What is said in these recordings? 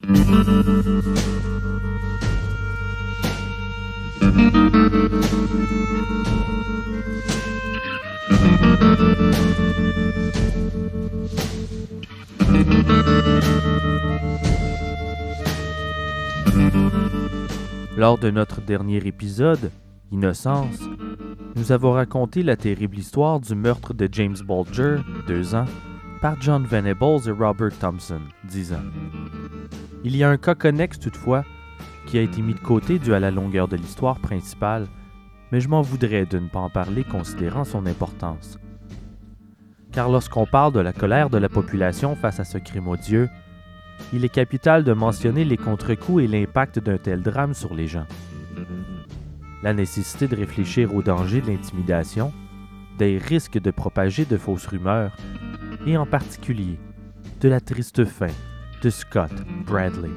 Lors de notre dernier épisode, Innocence, nous avons raconté la terrible histoire du meurtre de James Bulger, 2 ans, par John Venables et Robert Thompson, 10 ans. Il y a un cas connexe toutefois qui a été mis de côté dû à la longueur de l'histoire principale, mais je m'en voudrais de ne pas en parler considérant son importance. Car lorsqu'on parle de la colère de la population face à ce crime odieux, il est capital de mentionner les contre-coups et l'impact d'un tel drame sur les gens. La nécessité de réfléchir aux dangers de l'intimidation, des risques de propager de fausses rumeurs, et en particulier de la triste fin de Scott Bradley.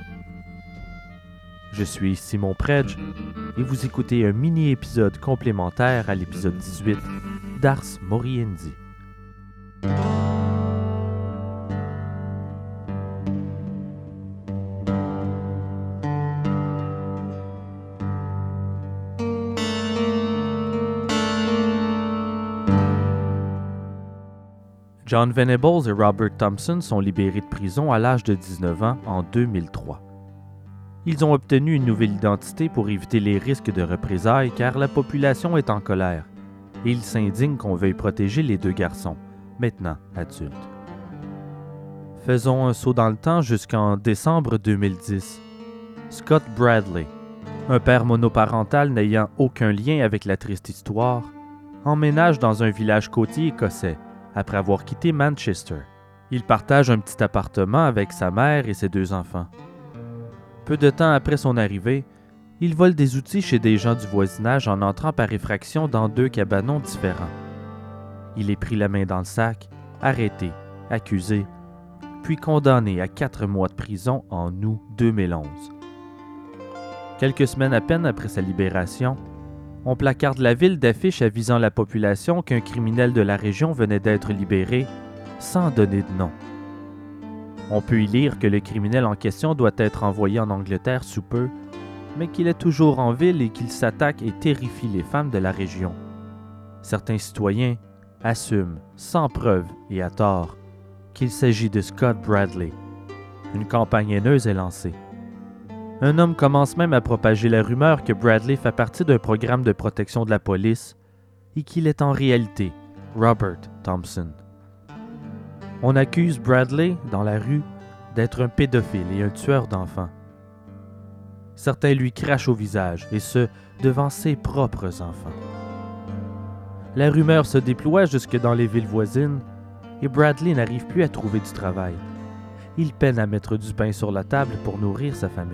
Je suis Simon Predge et vous écoutez un mini-épisode complémentaire à l'épisode 18 d'Ars Moriendi. John Venables et Robert Thompson sont libérés de prison à l'âge de 19 ans en 2003. Ils ont obtenu une nouvelle identité pour éviter les risques de représailles car la population est en colère et ils s'indignent qu'on veuille protéger les 2 garçons, maintenant adultes. Faisons un saut dans le temps jusqu'en décembre 2010. Scott Bradley, un père monoparental n'ayant aucun lien avec la triste histoire, emménage dans un village côtier écossais après avoir quitté Manchester. Il partage un petit appartement avec sa mère et ses 2 enfants. Peu de temps après son arrivée, il vole des outils chez des gens du voisinage en entrant par effraction dans 2 cabanons différents. Il est pris la main dans le sac, arrêté, accusé, puis condamné à 4 mois de prison en août 2011. Quelques semaines à peine après sa libération, on placarde la ville d'affiches avisant la population qu'un criminel de la région venait d'être libéré, sans donner de nom. On peut y lire que le criminel en question doit être envoyé en Angleterre sous peu, mais qu'il est toujours en ville et qu'il s'attaque et terrifie les femmes de la région. Certains citoyens assument, sans preuve et à tort, qu'il s'agit de Scott Bradley. Une campagne haineuse est lancée. Un homme commence même à propager la rumeur que Bradley fait partie d'un programme de protection de la police et qu'il est en réalité Robert Thompson. On accuse Bradley, dans la rue, d'être un pédophile et un tueur d'enfants. Certains lui crachent au visage, et ce, devant ses propres enfants. La rumeur se déploie jusque dans les villes voisines, et Bradley n'arrive plus à trouver du travail. Il peine à mettre du pain sur la table pour nourrir sa famille.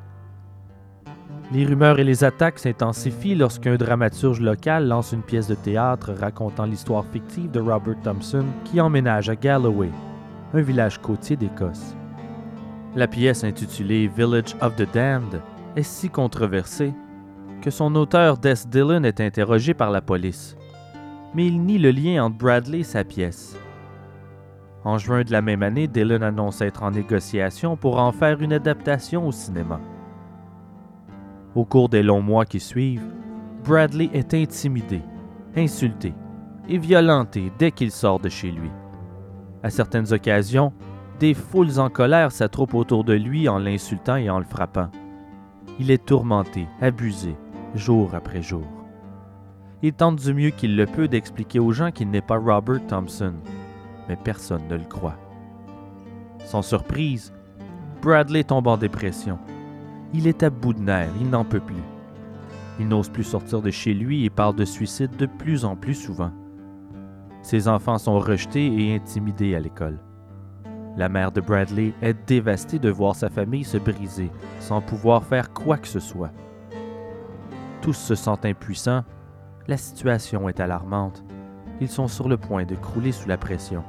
Les rumeurs et les attaques s'intensifient lorsqu'un dramaturge local lance une pièce de théâtre racontant l'histoire fictive de Robert Thompson qui emménage à Galloway, un village côtier d'Écosse. La pièce intitulée Village of the Damned est si controversée que son auteur Des Dillon est interrogé par la police, mais il nie le lien entre Bradley et sa pièce. En juin de la même année, Dillon annonce être en négociation pour en faire une adaptation au cinéma. Au cours des longs mois qui suivent, Bradley est intimidé, insulté et violenté dès qu'il sort de chez lui. À certaines occasions, des foules en colère s'attroupent autour de lui en l'insultant et en le frappant. Il est tourmenté, abusé, jour après jour. Il tente du mieux qu'il le peut d'expliquer aux gens qu'il n'est pas Robert Thompson, mais personne ne le croit. Sans surprise, Bradley tombe en dépression. Il est à bout de nerfs, il n'en peut plus. Il n'ose plus sortir de chez lui et parle de suicide de plus en plus souvent. Ses enfants sont rejetés et intimidés à l'école. La mère de Bradley est dévastée de voir sa famille se briser sans pouvoir faire quoi que ce soit. Tous se sentent impuissants, la situation est alarmante. Ils sont sur le point de crouler sous la pression.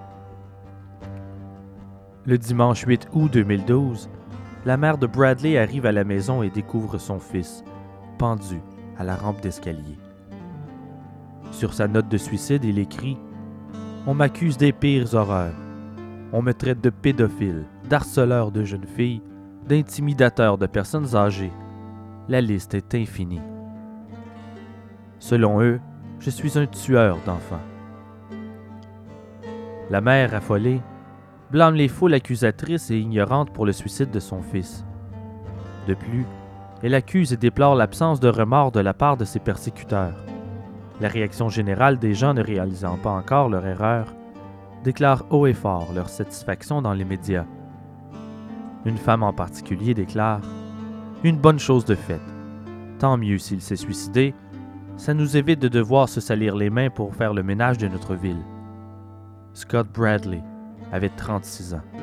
Le dimanche 8 août 2012, la mère de Bradley arrive à la maison et découvre son fils, pendu à la rampe d'escalier. Sur sa note de suicide, il écrit « On m'accuse des pires horreurs. On me traite de pédophile, d'harceleur de jeunes filles d'intimidateur de personnes âgées. La liste est infinie. Selon eux, je suis un tueur d'enfants. La mère, affolée, blâme les foules accusatrices et ignorantes pour le suicide de son fils. De plus, elle accuse et déplore l'absence de remords de la part de ses persécuteurs. La réaction générale des gens ne réalisant pas encore leur erreur déclare haut et fort leur satisfaction dans les médias. Une femme en particulier déclare « Une bonne chose de faite. Tant mieux s'il s'est suicidé, ça nous évite de devoir se salir les mains pour faire le ménage de notre ville. » Scott Bradley avait 36 ans.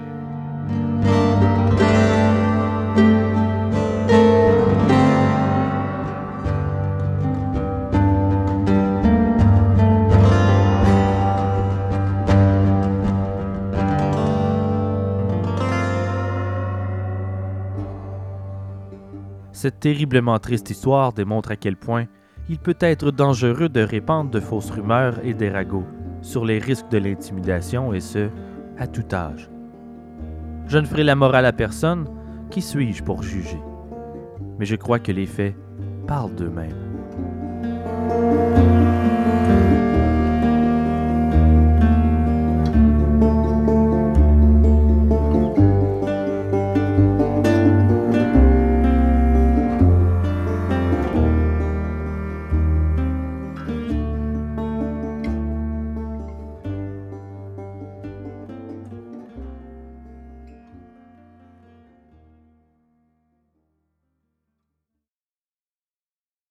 Cette terriblement triste histoire démontre à quel point il peut être dangereux de répandre de fausses rumeurs et des ragots sur les risques de l'intimidation, et ce, à tout âge. Je ne ferai la morale à personne, qui suis-je pour juger? Mais je crois que les faits parlent d'eux-mêmes.